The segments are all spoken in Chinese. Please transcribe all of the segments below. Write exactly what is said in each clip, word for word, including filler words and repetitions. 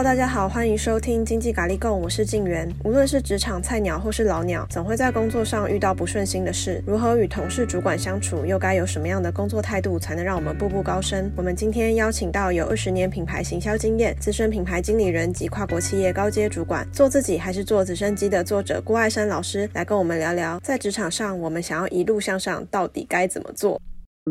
大家好，欢迎收听经济咖喱贡，我是静媛。无论是职场菜鸟或是老鸟，总会在工作上遇到不顺心的事，如何与同事主管相处，又该有什么样的工作态度才能让我们步步高升？我们今天邀请到有二十年品牌行销经验、资深品牌经理人及跨国企业高阶主管，做自己还是做直升机的作者郭艾珊老师来跟我们聊聊，在职场上我们想要一路向上，到底该怎么做？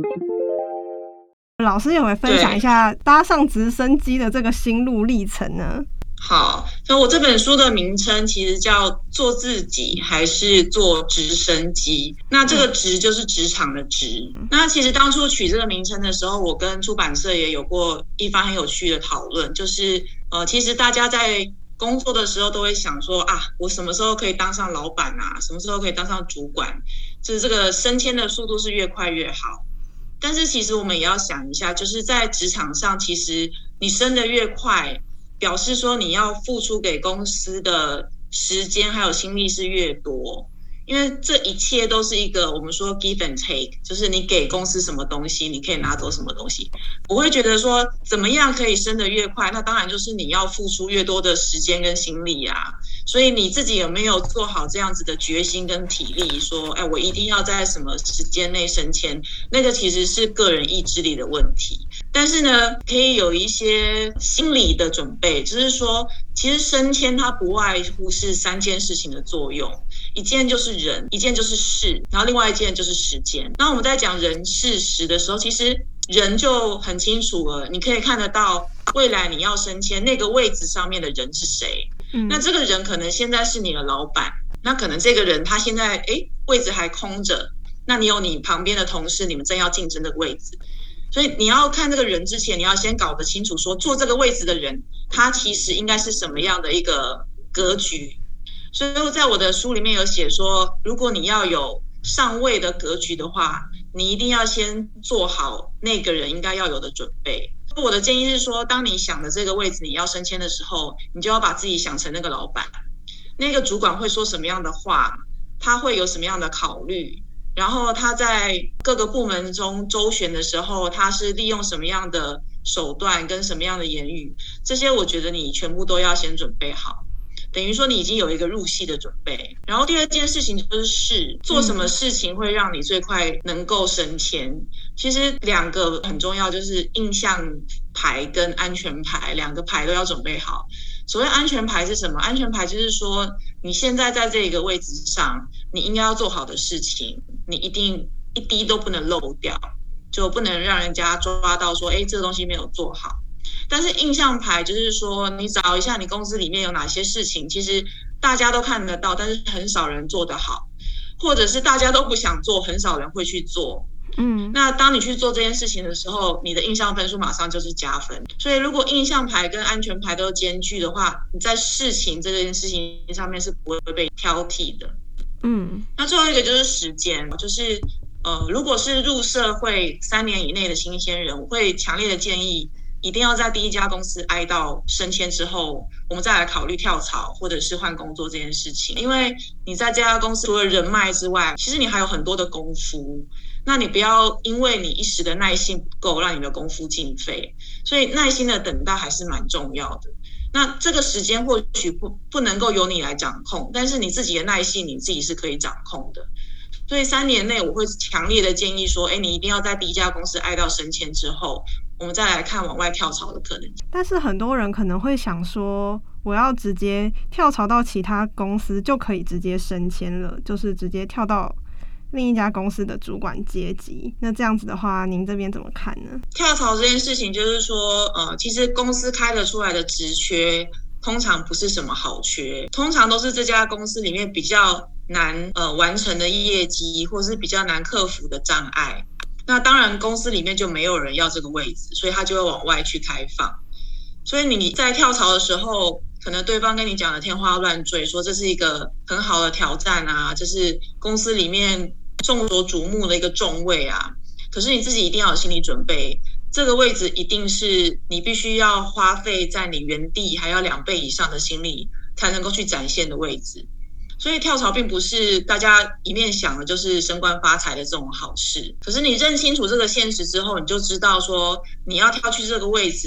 老师有没有分享一下搭上直升机的这个心路历程呢？ 好，那我这本书的名称其实叫做自己还是做直升机，那这个职就是职场的职。那其实当初取这个名称的时候，我跟出版社也有过一番很有趣的讨论，就是呃，其实大家在工作的时候都会想说啊，我什么时候可以当上老板啊，什么时候可以当上主管，就是这个升迁的速度是越快越好。但是其实我们也要想一下，就是在职场上，其实你升得越快，表示说你要付出给公司的时间还有心力是越多，因为这一切都是一个我们说 give and take， 就是你给公司什么东西，你可以拿走什么东西。我会觉得说怎么样可以升得越快，那当然就是你要付出越多的时间跟心力啊。所以你自己有没有做好这样子的决心跟体力，说哎，我一定要在什么时间内升迁，那个其实是个人意志力的问题。但是呢，可以有一些心理的准备，就是说其实升迁它不外乎是三件事情的作用，一件就是人，一件就是事，然后另外一件就是时间。那我们在讲人事时的时候，其实人就很清楚了，你可以看得到未来你要升迁那个位置上面的人是谁。嗯、那这个人可能现在是你的老板，那可能这个人他现在诶位置还空着，那你有你旁边的同事，你们正要竞争的位置。所以你要看这个人之前，你要先搞得清楚说坐这个位置的人他其实应该是什么样的一个格局。所以在我的书里面有写说，如果你要有上位的格局的话，你一定要先做好那个人应该要有的准备。我的建议是说，当你想的这个位置你要升迁的时候，你就要把自己想成那个老板，那个主管会说什么样的话，他会有什么样的考虑，然后他在各个部门中周旋的时候，他是利用什么样的手段跟什么样的言语，这些我觉得你全部都要先准备好，等于说你已经有一个入戏的准备。然后第二件事情就是事，做什么事情会让你最快能够升迁。其实两个很重要，就是印象牌跟安全牌，两个牌都要准备好。所谓安全牌是什么？安全牌就是说你现在在这个位置上，你应该要做好的事情，你一定一滴都不能漏掉，就不能让人家抓到说哎，这个东西没有做好。但是印象牌就是说，你找一下你公司里面有哪些事情，其实大家都看得到，但是很少人做得好，或者是大家都不想做，很少人会去做。嗯，那当你去做这件事情的时候，你的印象分数马上就是加分。所以如果印象牌跟安全牌都兼具的话，你在事情这件事情上面是不会被挑剔的。嗯，那最后一个就是时间，就是呃，如果是入社会三年以内的新鲜人，我会强烈的建议一定要在第一家公司挨到升迁之后，我们再来考虑跳槽或者是换工作这件事情。因为你在这家公司除了人脉之外，其实你还有很多的功夫，那你不要因为你一时的耐心不够，让你的功夫尽废。所以耐心的等待还是蛮重要的。那这个时间或许不不能够由你来掌控，但是你自己的耐性你自己是可以掌控的。所以三年内我会强烈的建议说，哎，你一定要在第一家公司挨到升迁之后，我们再来看往外跳槽的可能性。 但是很多人可能会想说，我要直接跳槽到其他公司就可以直接升迁了，就是直接跳到另一家公司的主管阶级。那这样子的话，您这边怎么看呢？ 跳槽这件事情就是说，呃，其实公司开得出来的职缺，通常不是什么好缺，通常都是这家公司里面比较难呃完成的业绩，或是比较难克服的障碍。那当然公司里面就没有人要这个位置，所以他就会往外去开放。所以你在跳槽的时候，可能对方跟你讲的天花乱坠，说这是一个很好的挑战啊，这是公司里面众所瞩目的一个重位啊。可是你自己一定要有心理准备，这个位置一定是你必须要花费在你原地还要两倍以上的心力才能够去展现的位置。所以跳槽并不是大家一面想的就是升官发财的这种好事，可是你认清楚这个现实之后，你就知道说你要跳去这个位置，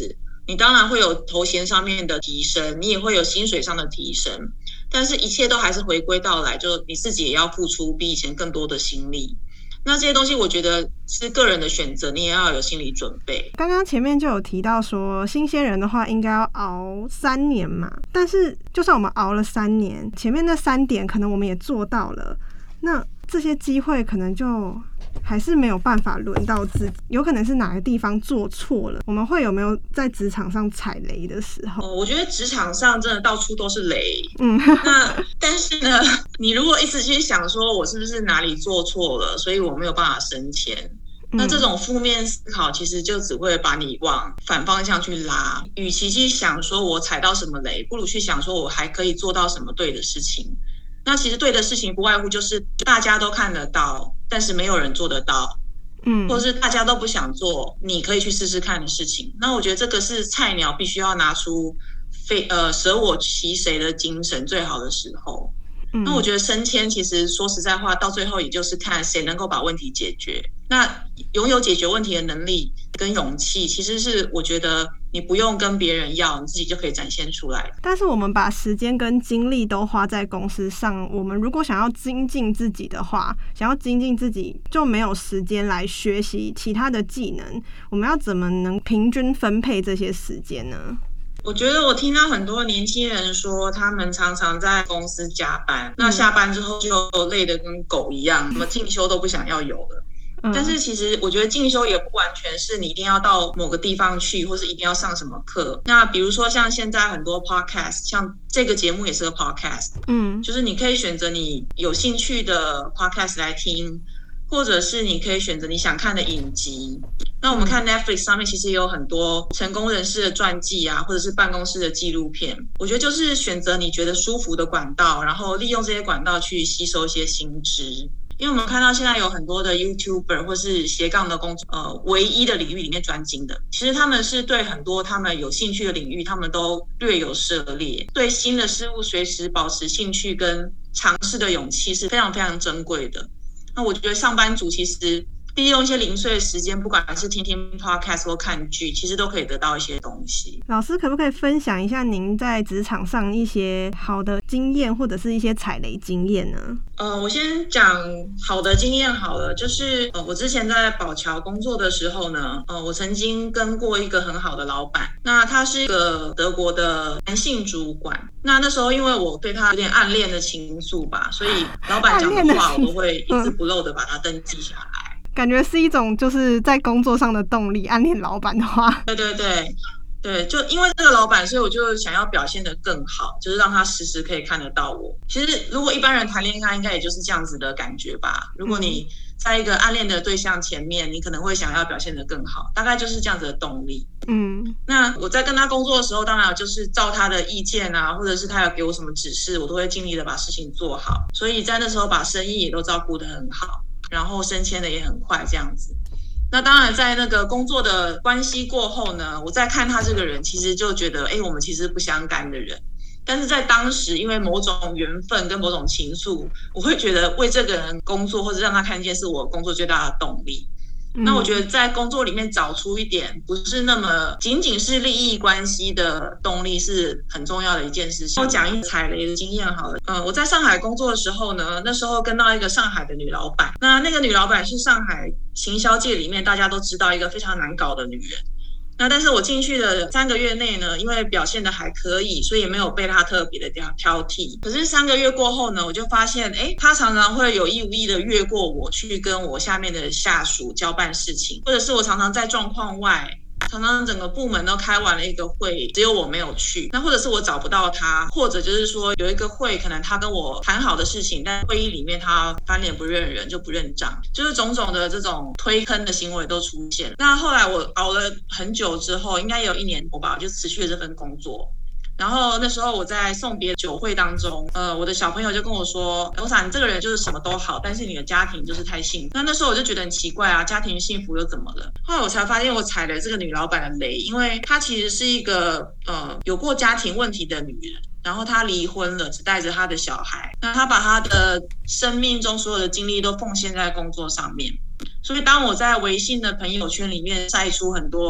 你当然会有头衔上面的提升，你也会有薪水上的提升，但是一切都还是回归到来，就你自己也要付出比以前更多的心力。那这些东西我觉得是个人的选择，你也要有心理准备。 刚刚前面就有提到说新鲜人的话应该要熬三年嘛，但是就算我们熬了三年，前面那三点可能我们也做到了，那这些机会可能就还是没有办法轮到自己，有可能是哪个地方做错了。我们会有没有在职场上踩雷的时候？ 哦，我觉得职场上真的到处都是雷。嗯，那但是呢，你如果一直去想说我是不是哪里做错了，所以我没有办法升迁，那这种负面思考其实就只会把你往反方向去拉。与其去想说我踩到什么雷，不如去想说我还可以做到什么对的事情。那其实对的事情不外乎就是大家都看得到，但是没有人做得到，嗯，或者是大家都不想做，你可以去试试看的事情。那我觉得这个是菜鸟必须要拿出非呃舍我其谁的精神最好的时候。嗯，那我觉得升迁其实说实在话，到最后也就是看谁能够把问题解决。那拥有解决问题的能力跟勇气，其实是我觉得你不用跟别人要，你自己就可以展现出来。 但是我们把时间跟精力都花在公司上，我们如果想要精进自己的话，想要精进自己就没有时间来学习其他的技能，我们要怎么能平均分配这些时间呢？ 我觉得我听到很多年轻人说他们常常在公司加班，那下班之后就累得跟狗一样，什么进修都不想要有了。但是其实我觉得进修也不完全是你一定要到某个地方去，或是一定要上什么课。那比如说像现在很多 podcast， 像这个节目也是个 podcast， 嗯，就是你可以选择你有兴趣的 podcast 来听，或者是你可以选择你想看的影集。那我们看 Netflix 上面其实也有很多成功人士的传记啊，或者是办公室的纪录片。我觉得就是选择你觉得舒服的管道，然后利用这些管道去吸收一些新知。因为我们看到现在有很多的 YouTuber 或是斜杠的工作，呃，唯一的领域里面专精的，其实他们是对很多他们有兴趣的领域，他们都略有涉猎，对新的事物随时保持兴趣跟尝试的勇气是非常非常珍贵的。那我觉得上班族其实利用一些零碎的时间，不管是听听 podcast 或看剧，其实都可以得到一些东西。 老师可不可以分享一下您在职场上一些好的经验，或者是一些踩雷经验呢？ 呃，我先讲好的经验好了，就是呃，我之前在宝乔工作的时候呢，呃，我曾经跟过一个很好的老板，那他是一个德国的男性主管。那那时候因为我对他有点暗恋的情愫吧，所以老板讲的话我都会一字不漏的把它登记下来。 感觉是一种就是在工作上的动力，暗恋老板的话。 对对对对，就因为这个老板，所以我就想要表现得更好，就是让他时时可以看得到我。其实如果一般人谈恋爱应该也就是这样子的感觉吧，如果你在一个暗恋的对象前面，你可能会想要表现得更好，大概就是这样子的动力。嗯，那我在跟他工作的时候，当然就是照他的意见啊，或者是他有给我什么指示，我都会尽力的把事情做好，所以在那时候把生意也都照顾得很好，然后升迁的也很快这样子。那当然在那个工作的关系过后呢，我再看他这个人，其实就觉得哎，我们其实不相干的人，但是在当时因为某种缘分跟某种情愫，我会觉得为这个人工作或者让他看见是我工作最大的动力。那我觉得在工作里面找出一点不是那么仅仅是利益关系的动力是很重要的一件事情。我讲一个踩雷的经验好了。呃，我在上海工作的时候呢，那时候跟到一个上海的女老板，那那个女老板是上海行销界里面大家都知道一个非常难搞的女人。那但是我进去的三个月内呢，因为表现的还可以，所以也没有被他特别的挑剔。可是三个月过后呢，我就发现，哎，他常常会有意无意的越过我去跟我下面的下属交办事情，或者是我常常在状况外，常常整个部门都开完了一个会，只有我没有去。那或者是我找不到他，或者就是说有一个会，可能他跟我谈好的事情，但会议里面他翻脸不认人，就不认账，就是种种的这种推坑的行为都出现。那后来我熬了很久之后，应该也有一年多吧，我就辞去了这份工作。然后那时候我在送别酒会当中，呃，我的小朋友就跟我说，欧莎，你这个人就是什么都好，但是你的家庭就是太幸福。那那时候我就觉得很奇怪啊，家庭幸福又怎么了？后来我才发现我踩了这个女老板的雷，因为她其实是一个呃有过家庭问题的女人，然后她离婚了，只带着她的小孩，那她把她的生命中所有的精力都奉献在工作上面。所以当我在微信的朋友圈里面晒出很多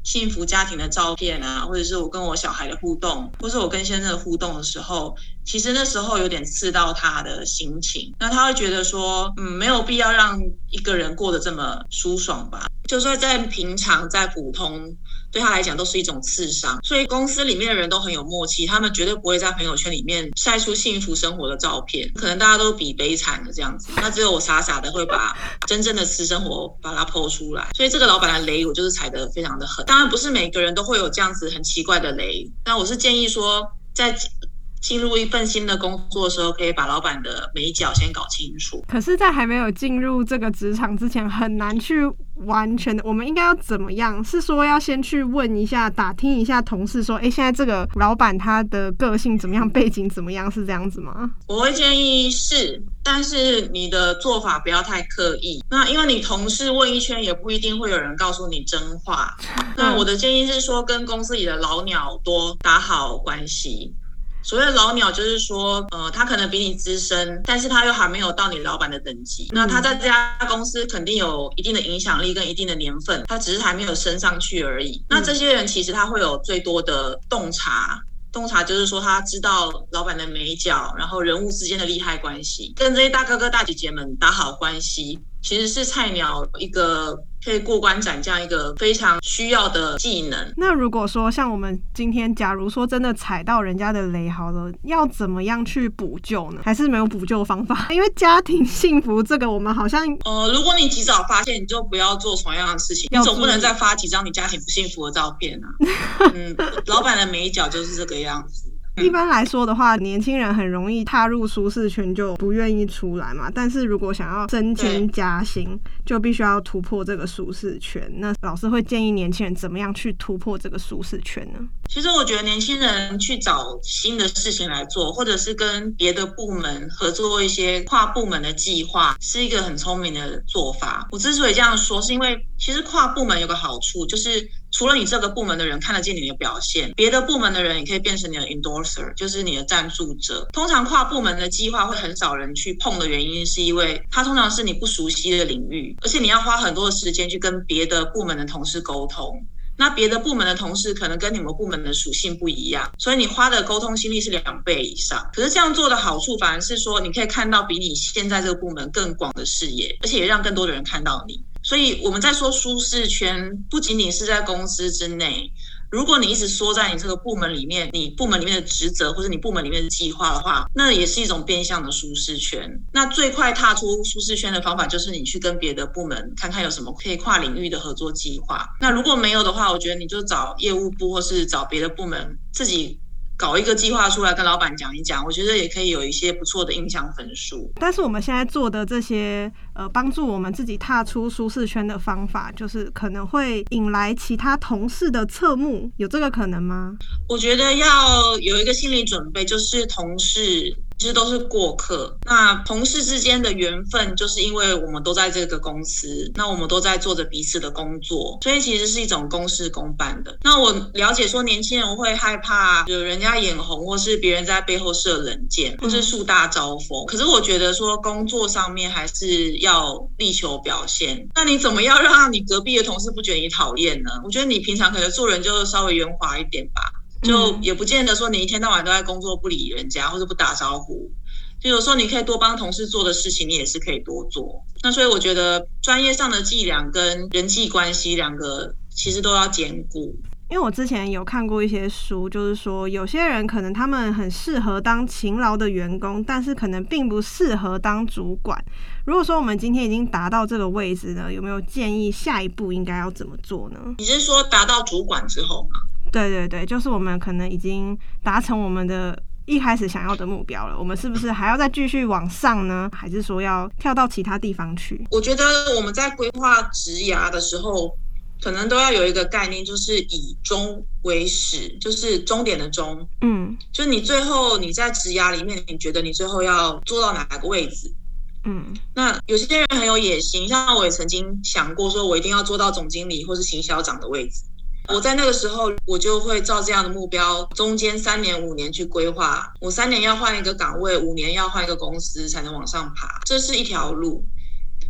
幸福家庭的照片啊，或者是我跟我小孩的互动，或是我跟先生的互动的时候，其实那时候有点刺到他的心情。那他会觉得说，嗯，没有必要让一个人过得这么舒爽吧。就算在平常在普通，对他来讲都是一种刺伤。所以公司里面的人都很有默契，他们绝对不会在朋友圈里面晒出幸福生活的照片，可能大家都比悲惨的这样子，那只有我傻傻的会把真正的私生活把它 po 出来。所以这个老板的雷我就是踩得非常的狠。当然不是每个人都会有这样子很奇怪的雷，但我是建议说在进入一份新的工作的时候，可以把老板的眉角先搞清楚。 可是在还没有进入这个职场之前，很难去完全的，我们应该要怎么样？是说要先去问一下，打听一下同事说，哎，现在这个老板他的个性怎么样，背景怎么样，是这样子吗？ 我会建议是，但是你的做法不要太刻意。那因为你同事问一圈，也不一定会有人告诉你真话。那我的建议是说，跟公司里的老鸟多打好关系。所谓的老鸟就是说，呃，他可能比你资深，但是他又还没有到你老板的等级。那他在这家公司肯定有一定的影响力跟一定的年份，他只是还没有升上去而已。那这些人其实他会有最多的洞察，洞察就是说他知道老板的眉角，然后人物之间的利害关系，跟这些大哥哥大姐姐们打好关系，其实是菜鸟一个可以过关斩将一个非常需要的技能。 那如果说像我们今天假如说真的踩到人家的雷好了，要怎么样去补救呢？还是没有补救方法？因为家庭幸福这个我们好像呃，如果你及早发现，你就不要做同样的事情。你总不能再发几张你家庭不幸福的照片啊。嗯，老板的眉角就是这个样子。 一般来说的话，年轻人很容易踏入舒适圈就不愿意出来嘛，但是如果想要增进加薪，就必须要突破这个舒适圈。那老师会建议年轻人怎么样去突破这个舒适圈呢？ 其实我觉得年轻人去找新的事情来做，或者是跟别的部门合作一些跨部门的计划，是一个很聪明的做法。我之所以这样说，是因为其实跨部门有个好处，就是除了你这个部门的人看得见你的表现，别的部门的人也可以变成你的 endorser， 就是你的赞助者。通常跨部门的计划会很少人去碰的原因，是因为它通常是你不熟悉的领域，而且你要花很多的时间去跟别的部门的同事沟通。那别的部门的同事可能跟你们部门的属性不一样，所以你花的沟通心力是两倍以上。可是这样做的好处反而是说，你可以看到比你现在这个部门更广的视野，而且也让更多的人看到你。所以我们在说舒适圈，不仅仅是在公司之内，如果你一直缩在你这个部门里面，你部门里面的职责或者你部门里面的计划的话，那也是一种变相的舒适圈。那最快踏出舒适圈的方法就是你去跟别的部门看看有什么可以跨领域的合作计划。那如果没有的话，我觉得你就找业务部或是找别的部门自己搞一个计划出来跟老板讲一讲，我觉得也可以有一些不错的印象分数。 但是我们现在做的这些呃帮助我们自己踏出舒适圈的方法，就是可能会引来其他同事的侧目，有这个可能吗？ 我觉得要有一个心理准备，就是同事其实都是过客，那同事之间的缘分就是因为我们都在这个公司，那我们都在做着彼此的工作，所以其实是一种公事公办的。那我了解说年轻人会害怕有人家眼红，或是别人在背后设冷箭，或是树大招风，可是我觉得说工作上面还是要力求表现。那你怎么样让你隔壁的同事不觉得你讨厌呢？我觉得你平常可能做人就稍微圆滑一点吧，就也不见得说你一天到晚都在工作不理人家或者不打招呼，就有时候你可以多帮同事做的事情你也是可以多做。那所以我觉得专业上的伎俩跟人际关系两个其实都要兼顾。 因为我之前有看过一些书，就是说有些人可能他们很适合当勤劳的员工，但是可能并不适合当主管。如果说我们今天已经达到这个位置呢，有没有建议下一步应该要怎么做呢？ 你是说达到主管之后吗？ 对对对，就是我们可能已经达成我们的一开始想要的目标了，我们是不是还要再继续往上呢？还是说要跳到其他地方去？ 我觉得我们在规划职涯的时候，可能都要有一个概念，就是以终为始，就是终点的终。嗯，就你最后你在职涯里面，你觉得你最后要做到哪个位置？嗯，那有些人很有野心，像我也曾经想过，说我一定要做到总经理或是行销长的位置。我在那个时候，我就会照这样的目标，中间三年、五年去规划。我三年要换一个岗位，五年要换一个公司，才能往上爬。这是一条路。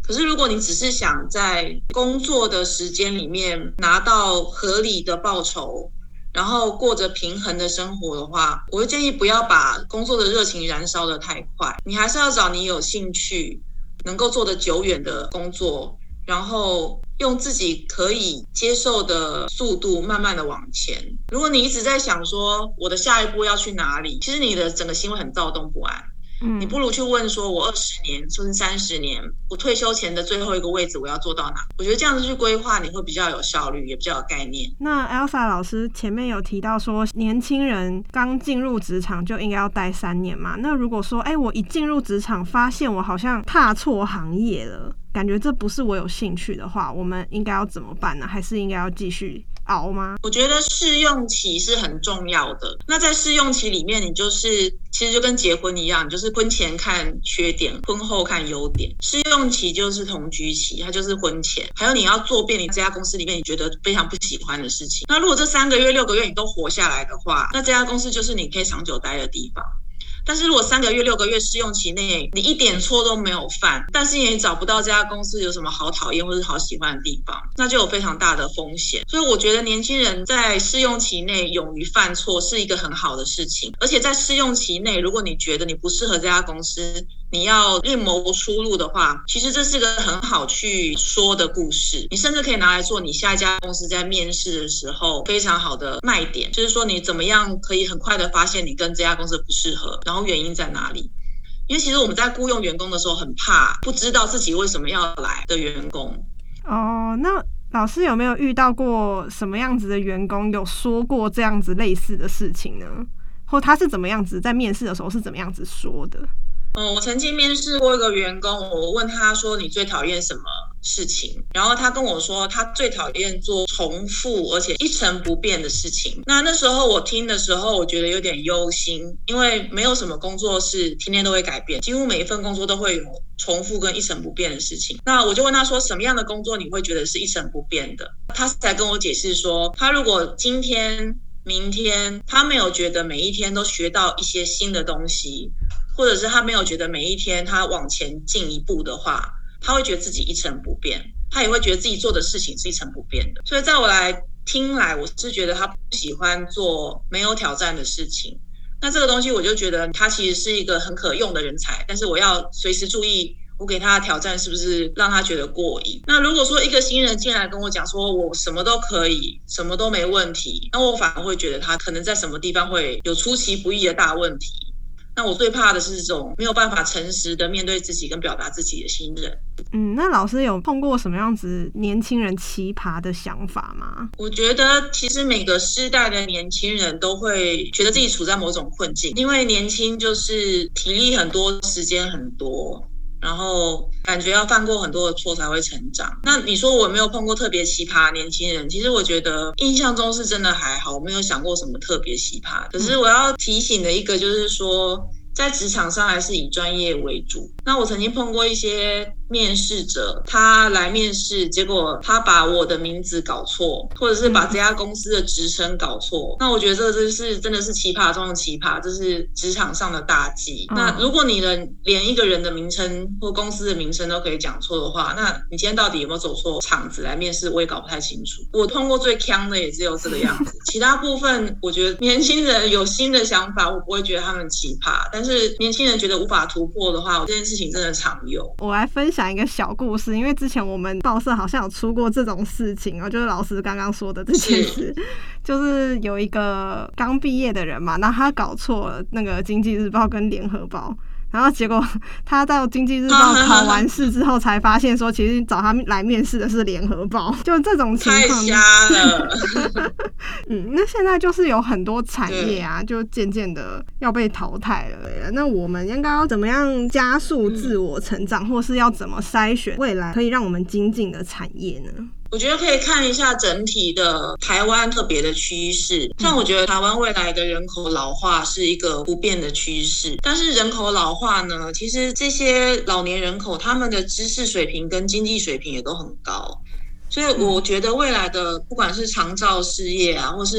可是如果你只是想在工作的时间里面拿到合理的报酬，然后过着平衡的生活的话，我会建议不要把工作的热情燃烧得太快，你还是要找你有兴趣能够做得久远的工作，然后用自己可以接受的速度慢慢的往前。如果你一直在想说我的下一步要去哪里，其实你的整个心会很躁动不安。嗯，你不如去问说我二十年甚至三十年，我退休前的最后一个位置我要做到哪？我觉得这样子去规划你会比较有效率，也比较有概念。 那 Elsa 老师前面有提到说年轻人刚进入职场就应该要待三年嘛，那如果说哎、欸，我一进入职场发现我好像踏错行业了，感觉这不是我有兴趣的话，我们应该要怎么办呢？还是应该要继续熬吗？ 我觉得试用期是很重要的。那在试用期里面，你就是其实就跟结婚一样，你就是婚前看缺点，婚后看优点。试用期就是同居期，它就是婚前，还有你要做遍你这家公司里面你觉得非常不喜欢的事情。那如果这三个月六个月你都活下来的话，那这家公司就是你可以长久待的地方。但是如果三个月六个月试用期内你一点错都没有犯，但是你也找不到这家公司有什么好讨厌或是好喜欢的地方，那就有非常大的风险。所以我觉得年轻人在试用期内勇于犯错是一个很好的事情，而且在试用期内如果你觉得你不适合这家公司，你要另谋出路的话，其实这是个很好去说的故事，你甚至可以拿来做你下一家公司在面试的时候非常好的卖点，就是说你怎么样可以很快的发现你跟这家公司不适合，然后原因在哪里。因为其实我们在雇佣员工的时候很怕不知道自己为什么要来的员工。 哦，那老师有没有遇到过什么样子的员工有说过这样子类似的事情呢？或他是怎么样子在面试的时候是怎么样子说的？ 嗯，我曾经面试过一个员工，我问他说你最讨厌什么事情，然后他跟我说他最讨厌做重复而且一成不变的事情。那那时候我听的时候我觉得有点忧心，因为没有什么工作是天天都会改变，几乎每一份工作都会有重复跟一成不变的事情。那我就问他说什么样的工作你会觉得是一成不变的，他才跟我解释说他如果今天明天他没有觉得每一天都学到一些新的东西，或者是他没有觉得每一天他往前进一步的话，他会觉得自己一成不变，他也会觉得自己做的事情是一成不变的。所以在我来听来，我是觉得他不喜欢做没有挑战的事情。那这个东西我就觉得他其实是一个很可用的人才，但是我要随时注意我给他的挑战是不是让他觉得过瘾。那如果说一个新人进来跟我讲说我什么都可以，什么都没问题，那我反而会觉得他可能在什么地方会有出其不意的大问题。那我最怕的是这种没有办法诚实的面对自己跟表达自己的新人。 嗯，那老师有碰过什么样子年轻人奇葩的想法吗？ 我觉得其实每个世代的年轻人都会觉得自己处在某种困境，因为年轻就是体力很多，时间很多，然后感觉要犯过很多的错才会成长。那你说我没有碰过特别奇葩的年轻人，其实我觉得印象中是真的还好，我没有想过什么特别奇葩。可是我要提醒的一个就是说，在职场上还是以专业为主。那我曾经碰过一些面试者，他来面试，结果他把我的名字搞错，或者是把这家公司的职称搞错。那我觉得这就是真的是奇葩中的奇葩，这是职场上的大忌。嗯、那如果你能连一个人的名称或公司的名称都可以讲错的话，那你今天到底有没有走错场子来面试，我也搞不太清楚。我碰过最鏘的也只有这个样子，其他部分我觉得年轻人有新的想法，我不会觉得他们奇葩，但是年轻人觉得无法突破的话，这件事情真的常有。 我来分享一个小故事，因为之前我们报社好像有出过这种事情哦，就是老师刚刚说的这件事，就是有一个刚毕业的人嘛，那他搞错了那个经济日报跟联合报，然后结果他到经济日报考完试之后才发现说，其实找他来面试的是联合报，就这种情况太瞎了。 嗯，那现在就是有很多产业啊，就渐渐的要被淘汰了。那我们应该要怎么样加速自我成长，嗯、或是要怎么筛选未来可以让我们精进的产业呢？ 我觉得可以看一下整体的台湾特别的趋势，像我觉得台湾未来的人口老化是一个不变的趋势，但是人口老化呢，其实这些老年人口他们的知识水平跟经济水平也都很高，所以我觉得未来的不管是长照事业啊，或是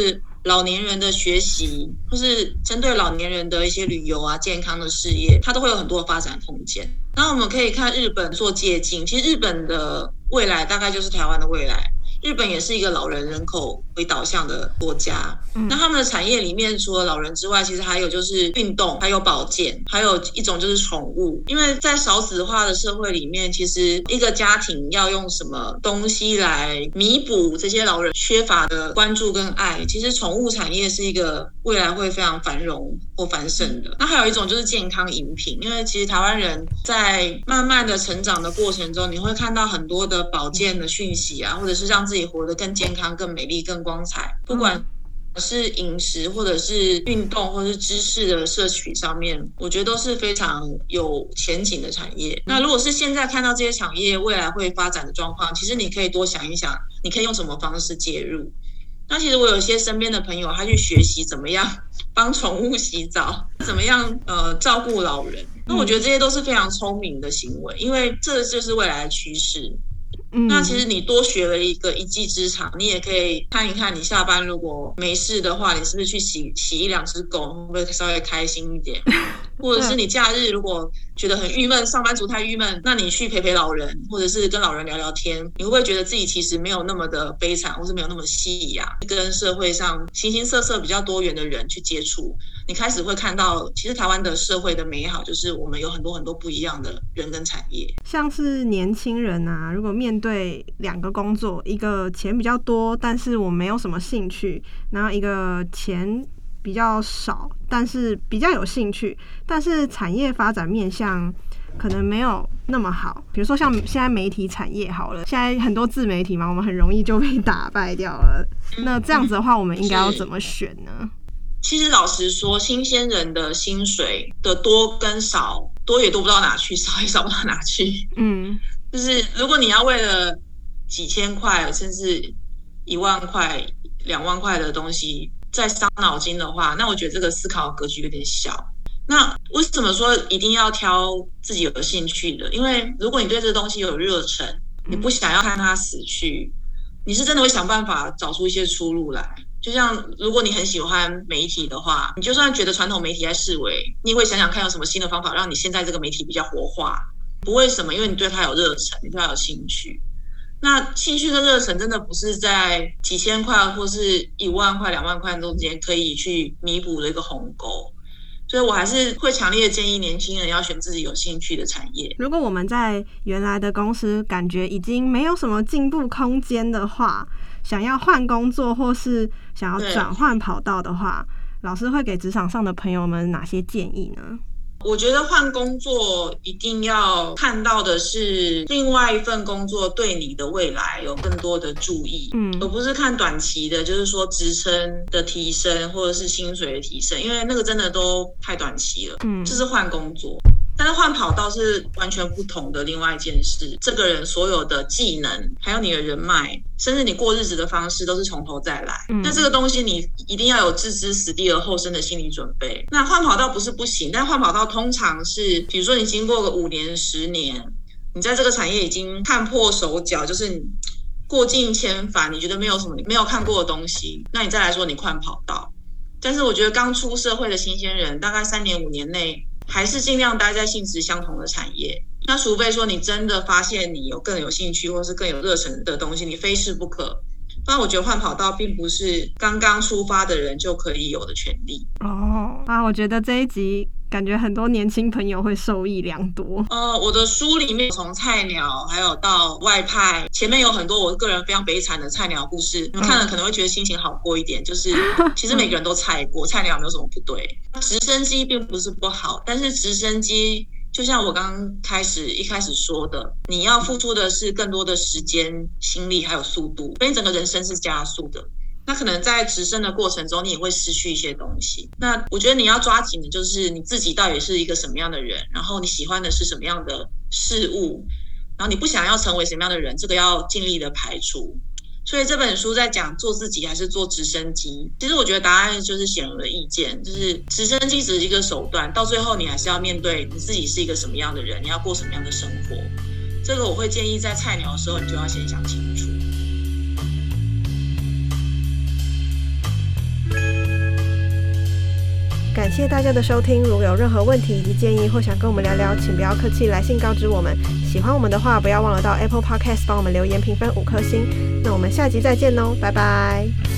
老年人的学习，或是针对老年人的一些旅游啊、健康的事业，它都会有很多的发展空间。那我们可以看日本做借鉴，其实日本的未来大概就是台湾的未来。日本也是一个老人人口为导向的国家，嗯、那他们的产业里面除了老人之外，其实还有就是运动，还有保健，还有一种就是宠物。因为在少子化的社会里面，其实一个家庭要用什么东西来弥补这些老人缺乏的关注跟爱，其实宠物产业是一个未来会非常繁荣或繁盛的。那还有一种就是健康饮品，因为其实台湾人在慢慢的成长的过程中，你会看到很多的保健的讯息啊，或者是让自己活得更健康、更美丽、更光彩，不管是饮食或者是运动或者是知识的摄取上面，我觉得都是非常有前景的产业。那如果是现在看到这些产业未来会发展的状况，其实你可以多想一想，你可以用什么方式介入。那其实我有一些身边的朋友，他去学习怎么样帮宠物洗澡，怎么样呃照顾老人。那我觉得这些都是非常聪明的行为，因为这就是未来的趋势。那其实你多学了一个一技之长，你也可以看一看，你下班如果没事的话，你是不是去洗洗一两只狗，会不会稍微开心一点？或者是你假日如果觉得很郁闷，上班族太郁闷，那你去陪陪老人，或者是跟老人聊聊天，你会不会觉得自己其实没有那么的悲惨，或是没有那么细呀？跟社会上形形色色比较多元的人去接触，你开始会看到，其实台湾的社会的美好，就是我们有很多很多不一样的人跟产业。 像是年轻人啊，如果面对两个工作，一个钱比较多，但是我没有什么兴趣，然后一个钱比较少，但是比较有兴趣，但是产业发展面向可能没有那么好。比如说像现在媒体产业好了，现在很多自媒体嘛，我们很容易就被打败掉了。嗯、那这样子的话，我们应该要怎么选呢？ 其实老实说，新鲜人的薪水的多跟少，多也多不到哪去，少也少不到哪去。嗯，就是如果你要为了几千块甚至一万块、两万块的东西再伤脑筋的话，那我觉得这个思考格局有点小。那为什么说一定要挑自己有兴趣的？因为如果你对这个东西有热忱，你不想要看它死去，你是真的会想办法找出一些出路来。就像如果你很喜欢媒体的话，你就算觉得传统媒体在式微，你也会想想看有什么新的方法让你现在这个媒体比较活化。不为什么？因为你对它有热忱，你对它有兴趣。那兴趣跟热忱真的不是在几千块或是一万块、两万块中间可以去弥补的一个鸿沟。所以我还是会强烈建议年轻人要选自己有兴趣的产业。 如果我们在原来的公司感觉已经没有什么进步空间的话，想要换工作或是想要转换跑道的话，老师会给职场上的朋友们哪些建议呢？ 我觉得换工作一定要看到的是另外一份工作对你的未来有更多的注意，嗯，而不是看短期的，就是说职称的提升或者是薪水的提升，因为那个真的都太短期了，嗯，这是换工作。但是换跑道是完全不同的另外一件事，这个人所有的技能还有你的人脉，甚至你过日子的方式都是从头再来，嗯，那这个东西你一定要有置之死地而后生的心理准备。那换跑道不是不行，但换跑道通常是比如说你经过个五年十年，你在这个产业已经看破手脚，就是你过尽千帆，你觉得没有什么你没有看过的东西，那你再来说你换跑道。但是我觉得刚出社会的新鲜人大概三年五年内还是尽量待在性质相同的产业，那除非说你真的发现你有更有兴趣或是更有热忱的东西，你非试不可。不然我觉得换跑道并不是刚刚出发的人就可以有的权利。 哦啊，我觉得这一集感觉很多年轻朋友会受益良多。 呃，我的书里面从菜鸟还有到外派，前面有很多我个人非常悲惨的菜鸟故事，你们看了可能会觉得心情好过一点，就是其实每个人都菜过，菜鸟没有什么不对。直升机并不是不好，但是直升机就像我刚刚开始一开始说的，你要付出的是更多的时间、心力还有速度，所以整个人生是加速的。那可能在直升的过程中，你也会失去一些东西。那我觉得你要抓紧的就是你自己到底是一个什么样的人，然后你喜欢的是什么样的事物，然后你不想要成为什么样的人，这个要尽力的排除。所以这本书在讲做自己还是做直升机，其实我觉得答案就是显而易见，就是直升机只是一个手段，到最后你还是要面对你自己是一个什么样的人，你要过什么样的生活。这个我会建议在菜鸟的时候你就要先想清楚。 感谢大家的收听，如果有任何问题以及建议或想跟我们聊聊，请不要客气，来信告知我们。喜欢我们的话，不要忘了到 Apple Podcast 帮我们留言评分五颗星。那我们下集再见哦，拜拜。